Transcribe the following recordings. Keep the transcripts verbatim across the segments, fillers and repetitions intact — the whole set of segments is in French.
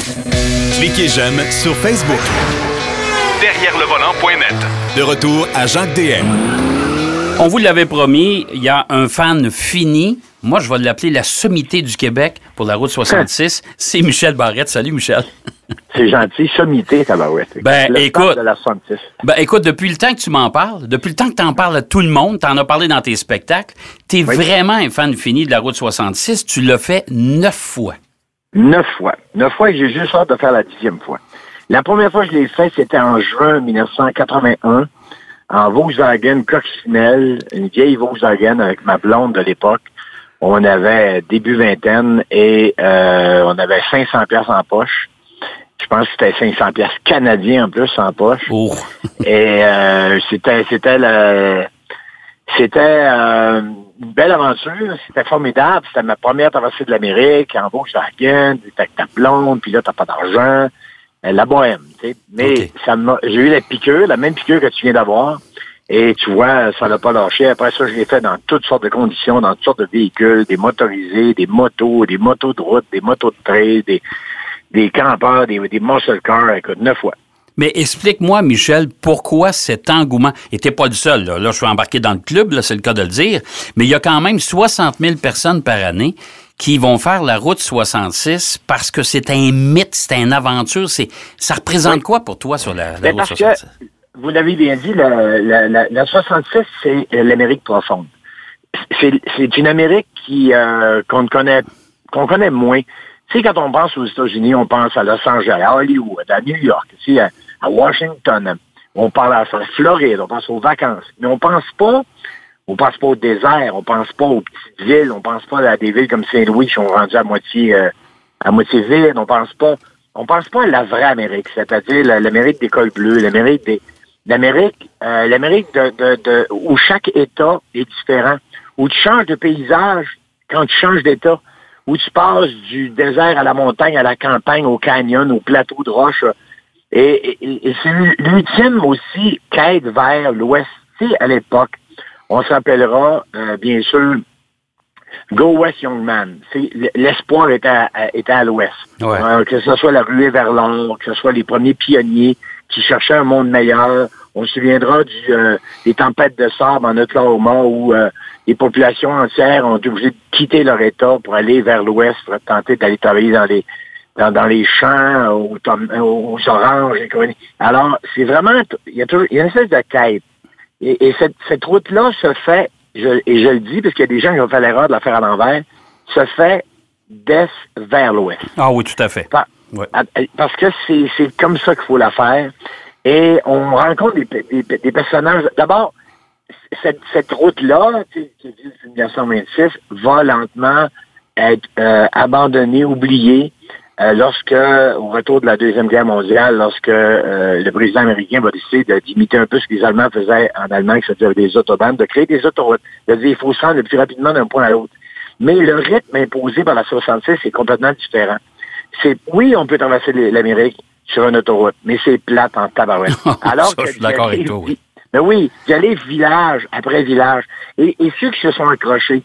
Cliquez j'aime sur Facebook. Derrière le volant point net. De retour à Jacques D M. On vous l'avait promis, il y a un fan fini. Moi, je vais l'appeler la sommité du Québec pour la route soixante-six. C'est Michel Barrette. Salut, Michel. C'est gentil, sommité, tabarouette. Ben, le écoute. de la soixante-six. Ben, écoute, depuis le temps que tu m'en parles, depuis le temps que tu en parles à tout le monde, tu en as parlé dans tes spectacles, tu es oui. vraiment un fan fini de la route soixante-six. Tu l'as fait neuf fois. Neuf fois. Neuf fois et j'ai juste hâte de faire la dixième fois. La première fois que je l'ai fait, c'était en juin dix-neuf cent quatre-vingt-un, en Volkswagen Coccinelle, une vieille Volkswagen avec ma blonde de l'époque. On avait début vingtaine et euh, on avait cinq cents piastres en poche. Je pense que c'était cinq cents piastres canadiens en plus en poche. Oh. Et euh, c'était c'était le, c'était euh, une belle aventure. C'était formidable. C'était ma première traversée de l'Amérique en Volkswagen. T'es avec ta blonde, puis là t'as pas d'argent. La bohème, tu sais. Mais okay. ça m'a, j'ai eu la piqûre, la même piqûre que tu viens d'avoir. Et tu vois, ça l'a pas lâché. Après ça, je l'ai fait dans toutes sortes de conditions, dans toutes sortes de véhicules, des motorisés, des motos, des motos de route, des motos de trail, des, des campeurs, des, des muscle cars, écoute, neuf fois. Mais explique-moi, Michel, pourquoi cet engouement? Et t'es pas le seul, là. Là, je suis embarqué dans le club, là, c'est le cas de le dire. Mais il y a quand même soixante mille personnes par année qui vont faire la route soixante-six parce que c'est un mythe, c'est une aventure. C'est, ça représente oui. quoi pour toi sur la, la Mais route parce soixante-six? Que, vous l'avez bien dit, la, la, la, la soixante-six, c'est l'Amérique profonde. C'est, c'est une Amérique qui euh, qu'on connaît qu'on connaît moins. Tu sais, quand on pense aux États-Unis, on pense à Los Angeles, à Hollywood, à New York, tu sais, à, à Washington. On parle à la Floride, on pense aux vacances. Mais on pense pas On pense pas au désert, on pense pas aux petites villes, on pense pas à des villes comme Saint-Louis qui sont rendues à moitié euh, à moitié vides, on pense pas on pense pas à la vraie Amérique, c'est-à-dire l'Amérique des cols bleus, l'Amérique des l'Amérique euh, l'Amérique de, de, de où chaque État est différent, où tu changes de paysage quand tu changes d'État, où tu passes du désert à la montagne, à la campagne, au canyon, au plateau de roche. Et, et, et c'est l'ultime aussi quête vers l'Ouest. Tu sais, à l'époque, on s'appellera, euh, bien sûr, Go West Young Man. C'est, l'espoir était à, était à l'Ouest. Ouais. Euh, que ce soit la ruée vers l'or, que ce soit les premiers pionniers qui cherchaient un monde meilleur. On se souviendra du, euh, des tempêtes de sable en Oklahoma où euh, les populations entières ont été obligées de quitter leur État pour aller vers l'Ouest, pour tenter d'aller travailler dans les dans, dans les champs, aux, aux, aux oranges. Alors, c'est vraiment... Il y a toujours, il y a une espèce de quête. Et, et cette, cette route-là se fait, je, et je le dis, parce qu'il y a des gens qui ont fait l'erreur de la faire à l'envers, se fait d'est vers l'ouest. Ah oui, tout à fait. Par, ouais. Parce que c'est, c'est comme ça qu'il faut la faire. Et on rencontre des, des, des personnages. D'abord, cette, cette route-là, qui est dix-neuf cent vingt-six, va lentement être euh, abandonnée, oubliée. Euh, lorsque, au retour de la Deuxième Guerre mondiale, lorsque euh, le président américain va décider de, d'imiter un peu ce que les Allemands faisaient en Allemagne, c'est-à-dire des autobahns, de créer des autoroutes, de dire qu'il faut se rendre le plus rapidement d'un point à l'autre. Mais le rythme imposé par la soixante-six est complètement différent. C'est, oui, on peut traverser l'Amérique sur une autoroute, mais c'est plate en tabarouette. Alors Ça, que je suis d'accord avec toi, oui. Mais oui, d'y aller village après village. Et, et ceux qui se sont accrochés,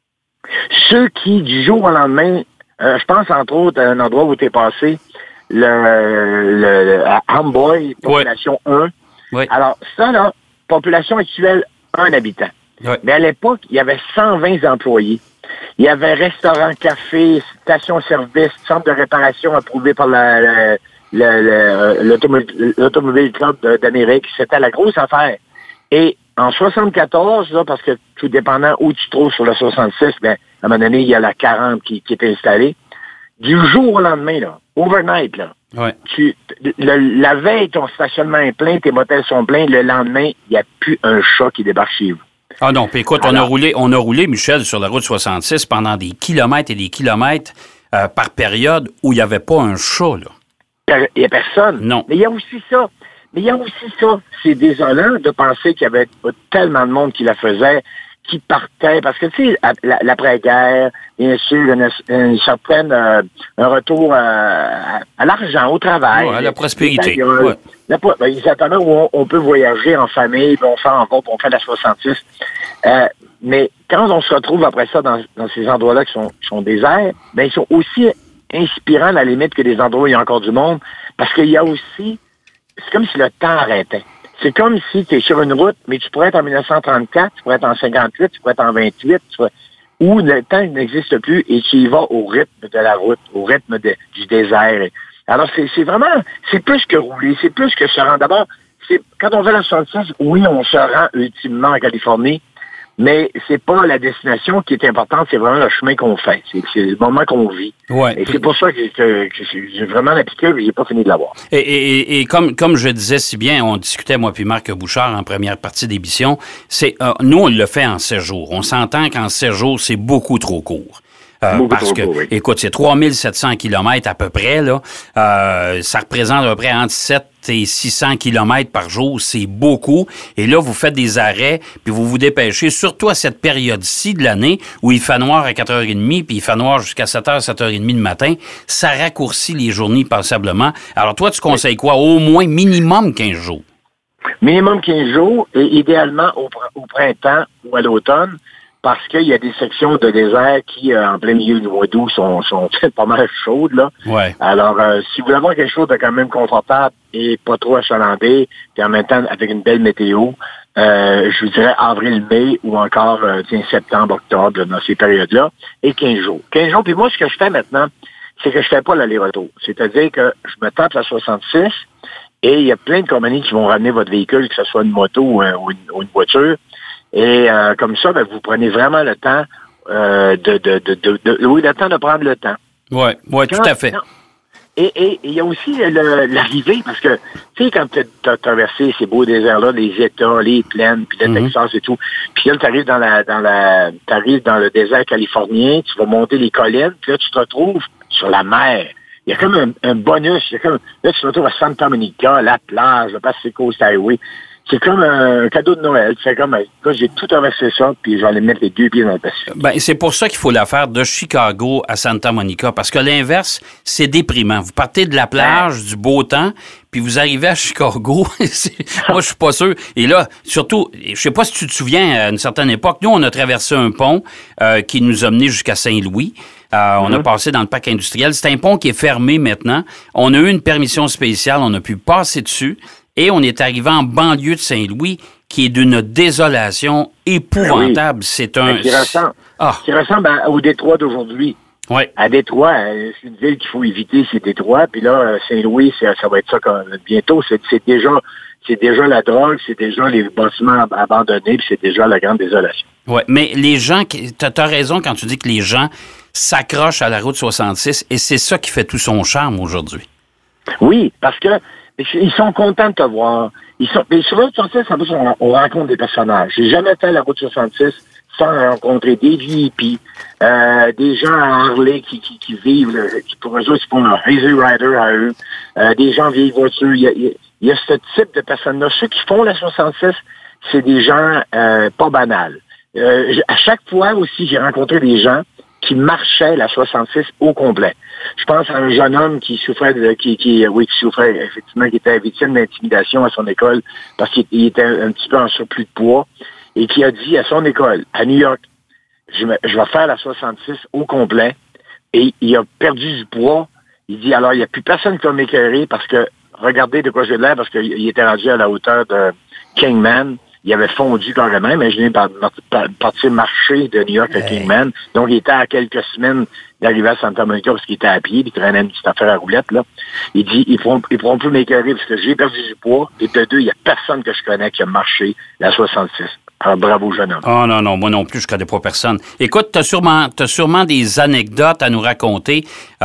ceux qui, du jour au lendemain, Euh, je pense, entre autres, à un endroit où tu es passé, le, le, le à Amboy, population ouais. un. Ouais. Alors, ça, là, population actuelle, un habitant. Ouais. Mais à l'époque, il y avait cent vingt employés. Il y avait restaurant, café, station-service, centre de réparation approuvé par la, la, la, la, l'automobile, l'Automobile Club d'Amérique. C'était la grosse affaire. Et en soixante-quatorze, là, parce que tout dépendant où tu te trouves sur le soixante-six, ben, à un moment donné, il y a la quarante qui, qui est installée. Du jour au lendemain, là, overnight, là, ouais. tu, le, la veille, ton stationnement est plein, tes motels sont pleins, le lendemain, il n'y a plus un chat qui débarque chez vous. Ah non, puis écoute, Alors, on a roulé, on a roulé, Michel, sur la route soixante-six pendant des kilomètres et des kilomètres euh, par période où il n'y avait pas un chat, là. Il n'y a personne. Non. Mais il y a aussi ça. Mais il y a aussi ça. C'est désolant de penser qu'il y avait tellement de monde qui la faisait, qui partait. Parce que, tu sais, l'après-guerre, bien sûr, une, une certaine, euh, un retour à, à l'argent, au travail. Ouais, à la prospérité. Ouais. La, ben, exactement, où on, on peut voyager en famille, puis on fait en route, on fait la soixante-six. Euh, mais quand on se retrouve après ça dans, dans ces endroits-là qui sont, qui sont déserts, ben, ils sont aussi inspirant à la limite que des endroits où il y a encore du monde, parce qu'il y a aussi, c'est comme si le temps arrêtait. C'est comme si tu es sur une route, mais tu pourrais être en dix-neuf cent trente-quatre, tu pourrais être en cinquante-huit, tu pourrais être en vingt-huit, tu pourrais, où le temps n'existe plus et tu y vas au rythme de la route, au rythme de, du désert. Alors, c'est, c'est vraiment, c'est plus que rouler, c'est plus que se rendre. D'abord, c'est, quand on fait la soixante-six, oui, on se rend ultimement en Californie, mais c'est pas la destination qui est importante, c'est vraiment le chemin qu'on fait. C'est, c'est le moment qu'on vit. Ouais. Et c'est pour ça que, que, que j'ai vraiment la piqûre et j'ai pas fini de l'avoir. Et, et, et comme, comme je disais si bien, on discutait, moi puis Marc Bouchard, en première partie d'émission, c'est euh, nous, on le fait en sept jours. On s'entend qu'en sept jours, c'est beaucoup trop court. Euh, parce que, oui. écoute, c'est trois mille sept cents kilomètres à peu près, là. Euh, ça représente à peu près entre sept et six cents kilomètres par jour. C'est beaucoup. Et là, vous faites des arrêts, puis vous vous dépêchez, surtout à cette période-ci de l'année, où il fait noir à quatre heures trente, puis il fait noir jusqu'à sept heures, sept heures trente le matin. Ça raccourcit les journées passablement. Alors, toi, tu conseilles quoi? Au moins minimum quinze jours. Minimum quinze jours, et idéalement au, au printemps ou à l'automne, parce qu'il y a des sections de désert qui, euh, en plein milieu du mois d'août, sont, sont pas mal chaudes, là. Ouais. Alors, euh, si vous voulez avoir quelque chose de quand même confortable et pas trop achalandé, puis en même temps avec une belle météo, euh, je vous dirais avril-mai ou encore euh, tiens, septembre, octobre, dans ces périodes-là, et quinze jours. quinze jours, puis moi, ce que je fais maintenant, c'est que je fais pas l'aller-retour. C'est-à-dire que je me tape la soixante-six, et il y a plein de compagnies qui vont ramener votre véhicule, que ce soit une moto ou, euh, ou, une, ou une voiture. Et euh, comme ça, ben, vous prenez vraiment le temps euh, de, de, de, de, de... Oui, le temps de prendre le temps. Oui, ouais, tout à fait. Non. Et il y a aussi le, l'arrivée, parce que, tu sais, quand tu as traversé ces beaux déserts-là, les États, les plaines, puis le mm-hmm. Texas et tout, puis là, tu arrives dans la dans la t'arrives dans le désert californien, tu vas monter les collines, puis là, tu te retrouves sur la mer. Il y a comme un, un bonus. Il y a comme, là, tu te retrouves à Santa Monica, la plage, le Pacific Coast Highway. C'est comme un cadeau de Noël. C'est comme, là, j'ai tout traversé ça, puis je vais aller mettre les deux pieds dans le Pacifique. Ben, c'est pour ça qu'il faut la faire de Chicago à Santa Monica, parce que l'inverse, c'est déprimant. Vous partez de la plage, ouais. du beau temps, puis vous arrivez à Chicago. Moi, je suis pas sûr. Et là, surtout, je sais pas si tu te souviens, à une certaine époque, nous, on a traversé un pont euh, qui nous a menés jusqu'à Saint-Louis. Euh, on mm-hmm. a passé dans le parc industriel. C'est un pont qui est fermé maintenant. On a eu une permission spéciale. On a pu passer dessus. Et on est arrivé en banlieue de Saint-Louis, qui est d'une désolation épouvantable. Oui. C'est un... Qui ressemble, ah. qui ressemble à, au Détroit d'aujourd'hui. Oui. À Détroit, c'est une ville qu'il faut éviter, c'est Détroit. Puis là, Saint-Louis, ça, ça va être ça quand, bientôt. C'est, c'est déjà... C'est déjà la drogue, c'est déjà les bâtiments abandonnés, puis c'est déjà la grande désolation. Oui, mais les gens, tu as raison quand tu dis que les gens s'accrochent à la route soixante-six, et c'est ça qui fait tout son charme aujourd'hui. Oui, parce que ils sont contents de te voir. Ils sont, mais sur la route soixante-six, en plus, on, on rencontre des personnages. J'ai jamais fait la route soixante-six sans rencontrer des V I P, euh, des gens à Harley qui, qui, qui vivent, qui pour eux autres, ils font leur Easy Rider à eux, euh, des gens vieilles voitures. Il y a, il y a ce type de personnes-là. Ceux qui font la soixante-six, c'est des gens euh, pas banals. Euh, à chaque fois aussi, j'ai rencontré des gens qui marchaient la soixante-six au complet. Je pense à un jeune homme qui souffrait de, qui, qui, oui, qui souffrait, effectivement, qui était victime d'intimidation à son école parce qu'il était un petit peu en surplus de poids et qui a dit à son école, à New York, je, me, je vais faire la soixante-six au complet, et il a perdu du poids. Il dit, alors, il n'y a plus personne qui va m'éclairer parce que, regardez de quoi j'ai l'air, parce qu'il était rendu à la hauteur de Kingman. Il avait fondu carrément. Imaginez par, par, partir marcher de New York à Kingman. Donc, il était à quelques semaines d'arriver à Santa Monica parce qu'il était à pied, puis il traînait une petite affaire à roulette, là. Il dit, ils pourront, ils pourront plus m'éclairer parce que j'ai perdu du poids. Et de deux, il n'y a personne que je connais qui a marché la soixante-six. Alors, bravo, jeune homme. Oh non, non, moi non plus, je connais pas personne. Écoute, tu as sûrement, t'as sûrement des anecdotes à nous raconter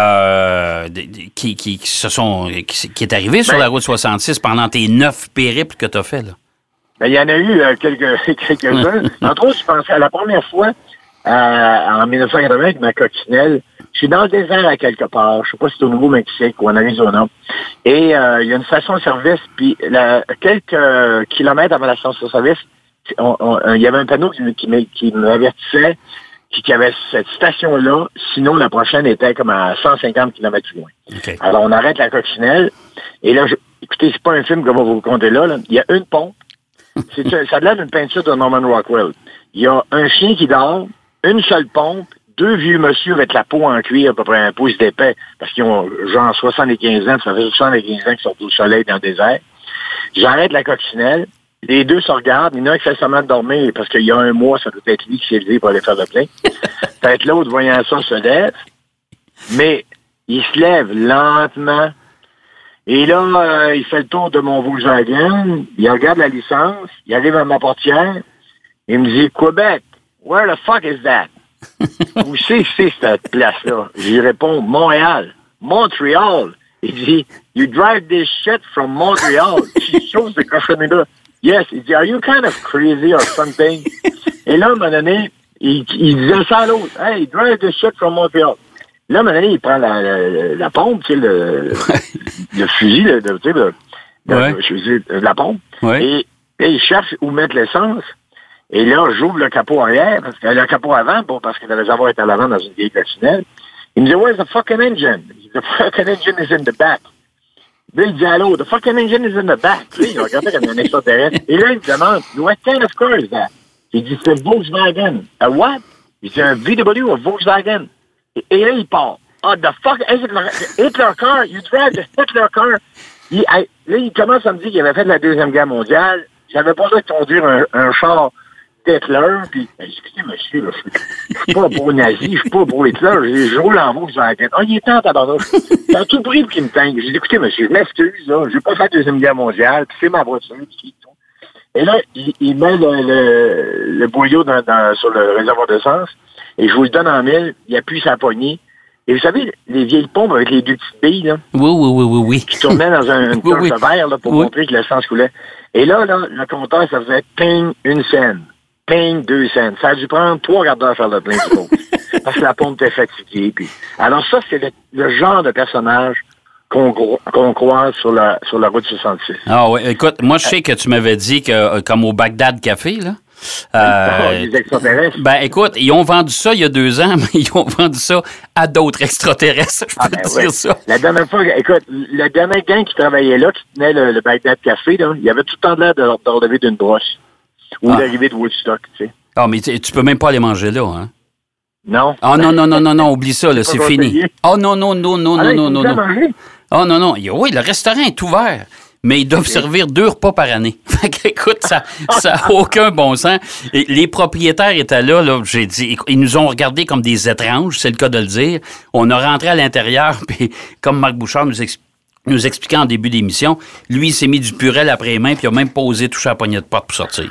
euh, qui, qui, qui, se sont, qui, qui est arrivé sur ben, la route soixante-six pendant tes neuf périples que tu as fait, là. Ben, il y en a eu euh, quelques, quelques-uns. Entre autres, je pensais à la première fois, euh, en dix-neuf cent quatre-vingts, avec ma coccinelle. Je suis dans le désert à quelque part. Je sais pas si c'est au Nouveau-Mexique ou en Arizona. Et euh, il y a une station-service, puis la, quelques kilomètres avant la station-service, on, on, il y avait un panneau qui, qui, qui m'avertissait qu'il y avait cette station-là, sinon la prochaine était comme à cent cinquante kilomètres plus loin. Okay. Alors, on arrête la coccinelle, et là, je, écoutez, c'est pas un film que je vais vous raconter là, là. Il y a une pompe. C'est, ça a l'air d'une peinture de Norman Rockwell. Il y a un chien qui dort, une seule pompe, deux vieux monsieur avec la peau en cuir, à peu près un pouce d'épais, parce qu'ils ont genre soixante-quinze ans, ça fait soixante-quinze ans qu'ils sont au soleil dans le désert. J'arrête la coccinelle. Les deux se regardent. Il y en a un qui fait seulement de dormir parce qu'il y a un mois, ça doit être lui qui s'est levé pour aller faire le plein. Peut-être l'autre, voyant ça, se lève. Mais il se lève lentement. Et là, euh, il fait le tour de mon Volkswagen. Il regarde la licence. Il arrive à ma portière. Il me dit, Québec, where the fuck is that? Où c'est que c'est cette place-là? J'y réponds, Montréal. Montréal. Il dit, you drive this shit from Montreal. She shows the cochonnerie-là. Yes. Il dit, are you kind of crazy or something? Et là, à un moment donné, il, il disait ça à l'autre. Hey, drive this shit from Montreal. Là, à un moment donné, il prend la, la, la pompe, tu sais, le, le fusil, le, tu sais, le, ouais. le, je veux dire, la pompe. Ouais. Et, et il cherche où mettre l'essence. Et là, j'ouvre le capot arrière, parce que le capot avant, bon, parce que le réservoir est à l'avant dans une vieille coccinelle. Il me dit, where's the fucking engine? The fucking engine is in the back. Là, il dit, allô, the fucking engine is in the back. Là, il regardait comme un extraterrestre. Et là, il me demande, what kind of car is that? Il dit, c'est Volkswagen. A what? Il dit, un V W ou Volkswagen. Et, et là, il part. Ah, oh, the fuck, Hitler car, you drive the Hitler car. Il, I, là, il commence à me dire qu'il avait fait la Deuxième Guerre mondiale. J'avais pas besoin de conduire un, un char Hitler, puis, ben, excusez, monsieur, là, je suis pas pour nazi, je suis pas pour Hitler, je roule en Volkswagen. Ah, il est temps, tabarnouche. C'est à tout prix pour qu'il me teigne. J'ai dit, écoutez, monsieur, je m'excuse, là, j'ai pas fait la Deuxième Guerre mondiale, puis c'est ma voiture, puis tout. Et là, il, il met le, le, le bouillot dans, dans, sur le réservoir d'essence, et je vous le donne en mille, il appuie sa poignée. Et vous savez, les vieilles pompes avec les deux petites billes, là. Oui, oui, oui, oui, oui. Qui tournaient dans un, une oui, torche oui. de verre, là, pour oui. montrer que l'essence coulait. Et là, là, le compteur, ça faisait ping, une scène. Ping, deux scènes. Ça a dû prendre trois quarts d'heure à faire le plein du pot. Parce que la pompe était fatiguée. Puis... Alors ça, c'est le, le genre de personnage qu'on, qu'on croise sur la, sur la route soixante-six. Ah oui, écoute, moi, je sais que tu m'avais dit que, comme au Bagdad Café, là, Euh, les extraterrestres. Ben, écoute, ils ont vendu ça il y a deux ans, mais ils ont vendu ça à d'autres extraterrestres. Je peux ah, ben te ouais. dire ça. La dernière fois, écoute, le dernier gang qui travaillait là, qui tenait le, le Bagdad Café, là, il avait tout le temps l'air de, de relever d'une broche. Ou ah. d'arriver de Woodstock, tu sais. Ah, mais tu, tu peux même pas aller manger là, hein? Non. Ah, non, non, non, non, non, oublie ça, là, c'est fini. Oh, non, non, non, non, ah, non, non, non. Manger? Oh, non, non. Oui, le restaurant est ouvert. Mais ils doivent okay. servir deux repas par année. Fait qu'écoute, ça n'a aucun bon sens. Et les propriétaires étaient là, là, j'ai dit, ils nous ont regardés comme des étranges, c'est le cas de le dire. On a rentré à l'intérieur, puis comme Marc Bouchard nous, exp- nous expliquait en début d'émission, lui, il s'est mis du purel après les mains, puis il a même pas osé toucher la poignée de porte pour sortir.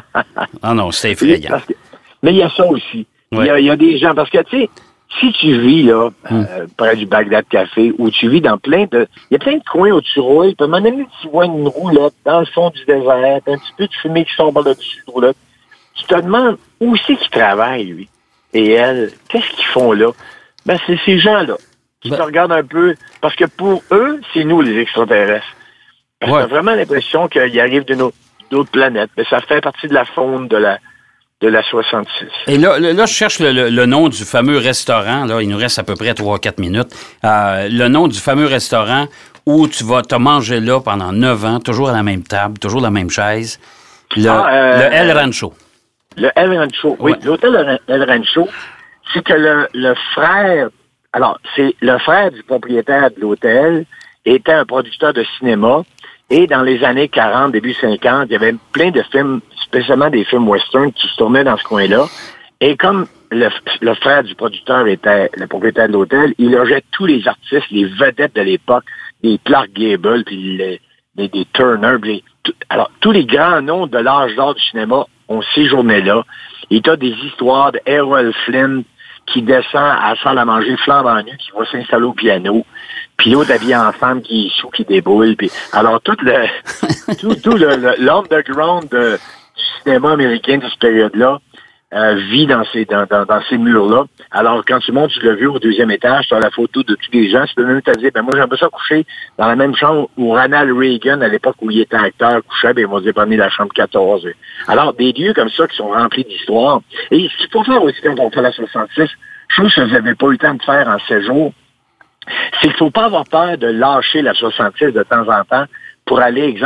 Ah non, c'était effrayant. Que, mais il y a ça aussi. Il ouais. y, y a des gens, parce que, tu sais, si tu vis, là, hum. euh, près du Bagdad Café, ou tu vis dans plein de... Il y a plein de coins où tu roules, puis à un moment donné, tu vois une roulette dans le fond du désert, un petit peu de fumée qui sort par-dessus de roulette. Tu te demandes où c'est qu'ils travaillent, lui, et elle. Qu'est-ce qu'ils font là? Ben, c'est ces gens-là qui ben... te regardent un peu, parce que pour eux, c'est nous, les extraterrestres. Parce ouais. que t'as vraiment l'impression qu'ils arrivent d'une autre, d'autres planètes, mais ça fait partie de la faune de la... de la soixante-six. Et là, là, je cherche le, le, le nom du fameux restaurant. Là, il nous reste à peu près trois à quatre minutes. Euh, le nom du fameux restaurant où tu vas te manger là pendant neuf ans, toujours à la même table, toujours la même chaise. Le, ah, euh, le El Rancho. Le El Rancho, oui. Ouais. L'hôtel El Rancho, c'est que le, le frère... Alors, c'est le frère du propriétaire de l'hôtel était un producteur de cinéma. Et dans les années quarante, début cinquante, il y avait plein de films, spécialement des films western, qui se tournaient dans ce coin-là. Et comme le, le frère du producteur était le propriétaire de l'hôtel, il logeait tous les artistes, les vedettes de l'époque, des Clark Gable, puis les, les, des Turner. Les, tout, alors, tous les grands noms de l'âge d'or du cinéma ont séjourné là. Et tu as des histoires de Errol Flynn qui descend à la salle à manger flambant nu, qui va s'installer au piano. Puis l'autre habillé en femme qui est chou, qui déboule. Puis alors tout le tout, tout le, le l'underground de, du cinéma américain de cette période-là euh, vit dans ces dans, dans, dans ces murs-là. Alors quand tu montes, tu l'as vu au deuxième étage, tu as la photo de tous les gens. Tu peux même te dire, ben moi j'aimerais ça coucher dans la même chambre où Ronald Reagan, à l'époque où il était acteur, couchait, ben ils vont dire prenez la chambre quatorze. Alors des lieux comme ça qui sont remplis d'histoire. Et ce qu'il faut faire aussi quand on fait la soixante-six, chose que je n'avais pas eu le temps de faire en séjour, c'est qu'il ne faut pas avoir peur de lâcher la soixante-six de temps en temps pour aller, exemple,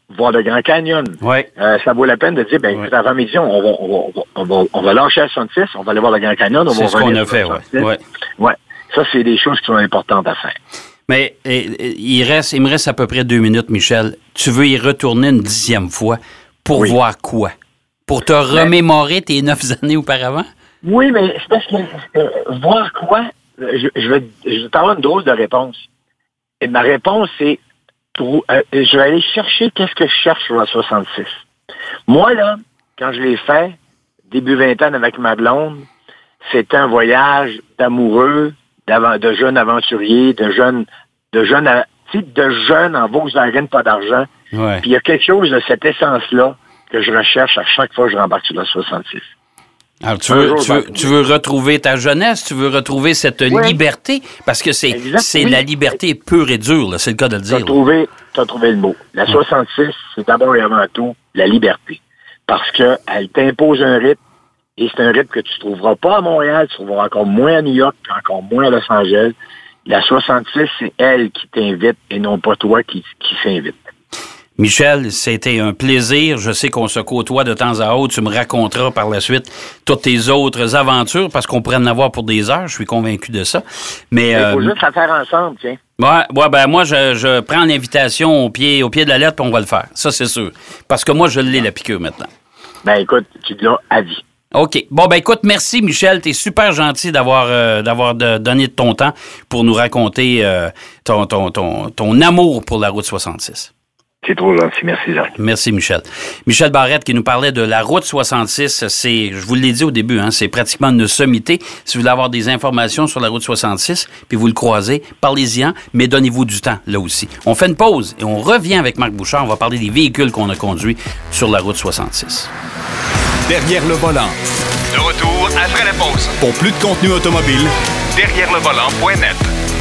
voir le Grand Canyon. Ouais. Euh, ça vaut la peine de dire, ben, ouais. avant midi, on va, on, va, on, va, on va lâcher à soixante-six, on va aller voir le Grand Canyon. On c'est va ce qu'on a fait, oui. Ouais. ouais. Ça, c'est des choses qui sont importantes à faire. Mais et, et, il, reste, il me reste à peu près deux minutes, Michel. Tu veux y retourner une dixième fois pour oui. voir quoi? Pour te remémorer tes neuf années auparavant? Oui, mais c'est parce que euh, voir quoi? Je, je vais, je vais t'avoir une drôle de réponse. Et ma réponse, c'est pour, euh, je vais aller chercher qu'est-ce que je cherche sur la soixante-six. Moi, là, quand je l'ai fait, début vingtaine avec ma blonde, c'était un voyage d'amoureux, de jeunes aventuriers, de jeunes, de jeunes, de jeunes en Volkswagen, pas d'argent. Ouais. Puis il y a quelque chose de cette essence-là que je recherche à chaque fois que je rembarque sur la soixante-six. Alors, tu veux, tu, veux, tu veux retrouver ta jeunesse, tu veux retrouver cette oui. liberté, parce que c'est, c'est oui. la liberté pure et dure, là, c'est le cas de le dire. Tu as trouvé le mot. La ouais. soixante-six, c'est d'abord et avant tout la liberté. Parce qu'elle t'impose un rythme, et c'est un rythme que tu ne trouveras pas à Montréal, tu trouveras encore moins à New York, puis encore moins à Los Angeles. La soixante-six, c'est elle qui t'invite et non pas toi qui, qui s'invite. Michel, c'était un plaisir. Je sais qu'on se côtoie de temps à autre. Tu me raconteras par la suite toutes tes autres aventures parce qu'on pourrait en avoir pour des heures. Je suis convaincu de ça. Mais il faut euh, juste la faire ensemble, tiens. Ouais, ouais, ben moi, je, je prends l'invitation au pied, au pied de la lettre puis on va le faire. Ça, c'est sûr. Parce que moi, je l'ai, la piqûre, maintenant. Ben écoute, tu l'as à vie. OK. Bon, ben écoute, merci, Michel. T'es super gentil d'avoir euh, d'avoir de, donné de ton temps pour nous raconter euh, ton, ton, ton, ton amour pour la route soixante-six. C'est trop gentil. Merci, Jacques. Merci, Michel. Michel Barrette qui nous parlait de la route soixante-six. C'est, je vous l'ai dit au début, hein, c'est pratiquement une sommité. Si vous voulez avoir des informations sur la route soixante-six, puis vous le croisez, parlez-y-en, mais donnez-vous du temps, là aussi. On fait une pause et on revient avec Marc Bouchard. On va parler des véhicules qu'on a conduits sur la route soixante-six. Derrière le volant. De retour après la pause. Pour plus de contenu automobile, derrière le volant point net.